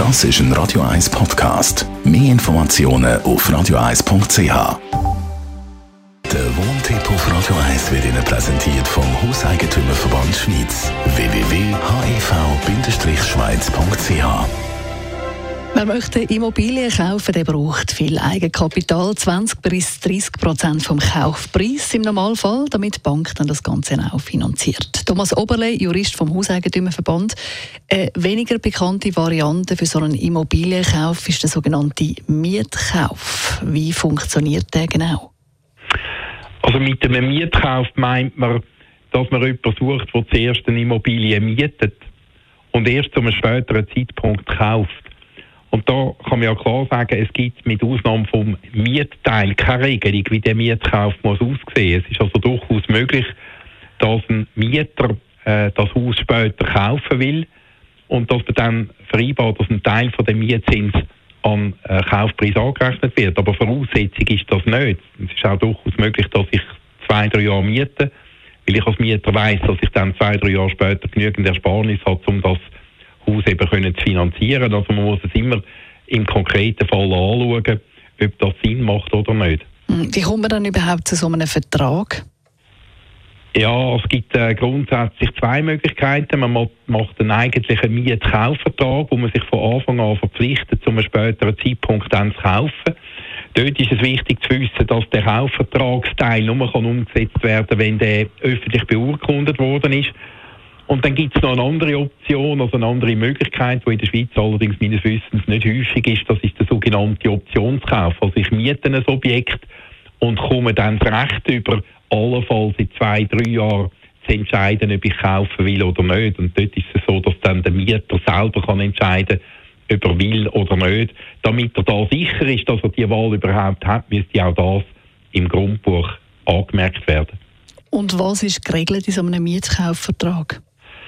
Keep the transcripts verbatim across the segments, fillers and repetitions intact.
Das ist ein Radio eins Podcast. Mehr Informationen auf radio eins punkt c h. Der Wohntipp auf Radio eins wird Ihnen präsentiert vom Hauseigentümerverband Schweiz. w w w punkt h e v Bindestrich schweiz punkt c h. Wer möchte Immobilien kaufen, der braucht viel Eigenkapital, zwanzig bis dreißig Prozent vom Kaufpreis im Normalfall, damit die Bank dann das Ganze auch finanziert. Thomas Oberle, Jurist vom Hauseigentümerverband. Eine weniger bekannte Variante für so einen Immobilienkauf ist der sogenannte Mietkauf. Wie funktioniert der genau? Also mit einem Mietkauf meint man, dass man jemanden sucht, der zuerst eine Immobilie mietet und erst zu einem späteren Zeitpunkt kauft. Und da kann man ja klar sagen, es gibt mit Ausnahme vom Mietteil keine Regelung, wie der Mietkauf muss aussehen. Es ist also durchaus möglich, dass ein Mieter äh, das Haus später kaufen will und dass man dann vereinbart, dass ein Teil von dem Mietzins an äh, Kaufpreis angerechnet wird. Aber Voraussetzung ist das nicht. Es ist auch durchaus möglich, dass ich zwei, drei Jahre miete, weil ich als Mieter weiss, dass ich dann zwei, drei Jahre später genügend Ersparnis habe, um das Haus eben können zu finanzieren. Also man muss es immer im konkreten Fall anschauen, ob das Sinn macht oder nicht. Wie kommt man dann überhaupt zu so einem Vertrag? Ja, es gibt äh, grundsätzlich zwei Möglichkeiten. Man macht einen eigentlichen Mietkaufvertrag, wo man sich von Anfang an verpflichtet, zu einem späteren Zeitpunkt dann zu kaufen. Dort ist es wichtig zu wissen, dass der Kaufvertragsteil nur kann umgesetzt werden kann, wenn der öffentlich beurkundet worden ist. Und dann gibt es noch eine andere Option, also eine andere Möglichkeit, die in der Schweiz allerdings meines Wissens nicht häufig ist. Das ist der sogenannte Optionskauf. Also ich miete ein Objekt und komme dann das Recht über, allenfalls in zwei, drei Jahren zu entscheiden, ob ich kaufen will oder nicht. Und dort ist es so, dass dann der Mieter selber kann entscheiden kann, ob er will oder nicht. Damit er da sicher ist, dass er die Wahl überhaupt hat, müsste auch das im Grundbuch angemerkt werden. Und was ist geregelt in so einem Mietkaufvertrag?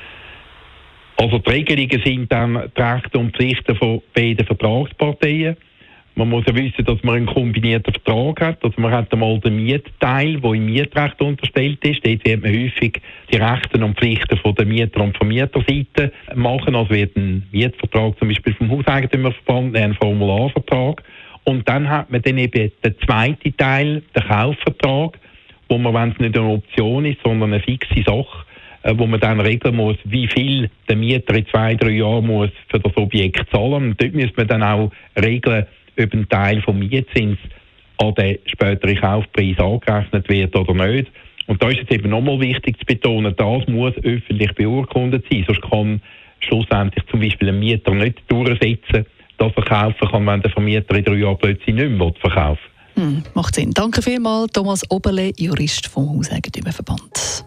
Also die Regelungen sind dann die Rechte und Pflichten von beiden Vertragsparteien. Man muss ja wissen, dass man einen kombinierten Vertrag hat. Also man hat einmal den Mietteil, der im Mietrecht unterstellt ist. Dort wird man häufig die Rechte und Pflichten von der Mieter- und Vermieterseite machen. Also wird ein Mietvertrag zum Beispiel vom Hauseigentümerverband, ein Formularvertrag. Und dann hat man dann eben den zweiten Teil, den Kaufvertrag, wo man, wenn es nicht eine Option ist, sondern eine fixe Sache, wo man dann regeln muss, wie viel der Mieter in zwei, drei Jahren muss für das Objekt zahlen. Und dort müsste man dann auch regeln, ob ein Teil vom Mietzins an den späteren Kaufpreis angerechnet wird oder nicht. Und da ist es eben nochmal wichtig zu betonen, das muss öffentlich beurkundet sein. Sonst kann schlussendlich zum Beispiel ein Mieter nicht durchsetzen, dass er kaufen kann, wenn der Vermieter in drei Jahren plötzlich nicht mehr verkaufen will. Hm, macht Sinn. Danke vielmals, Thomas Oberle, Jurist vom Hauseigentümerverband.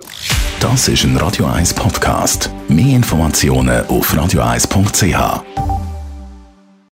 Das ist ein Radio eins Podcast. Mehr Informationen auf radio eins punkt c h.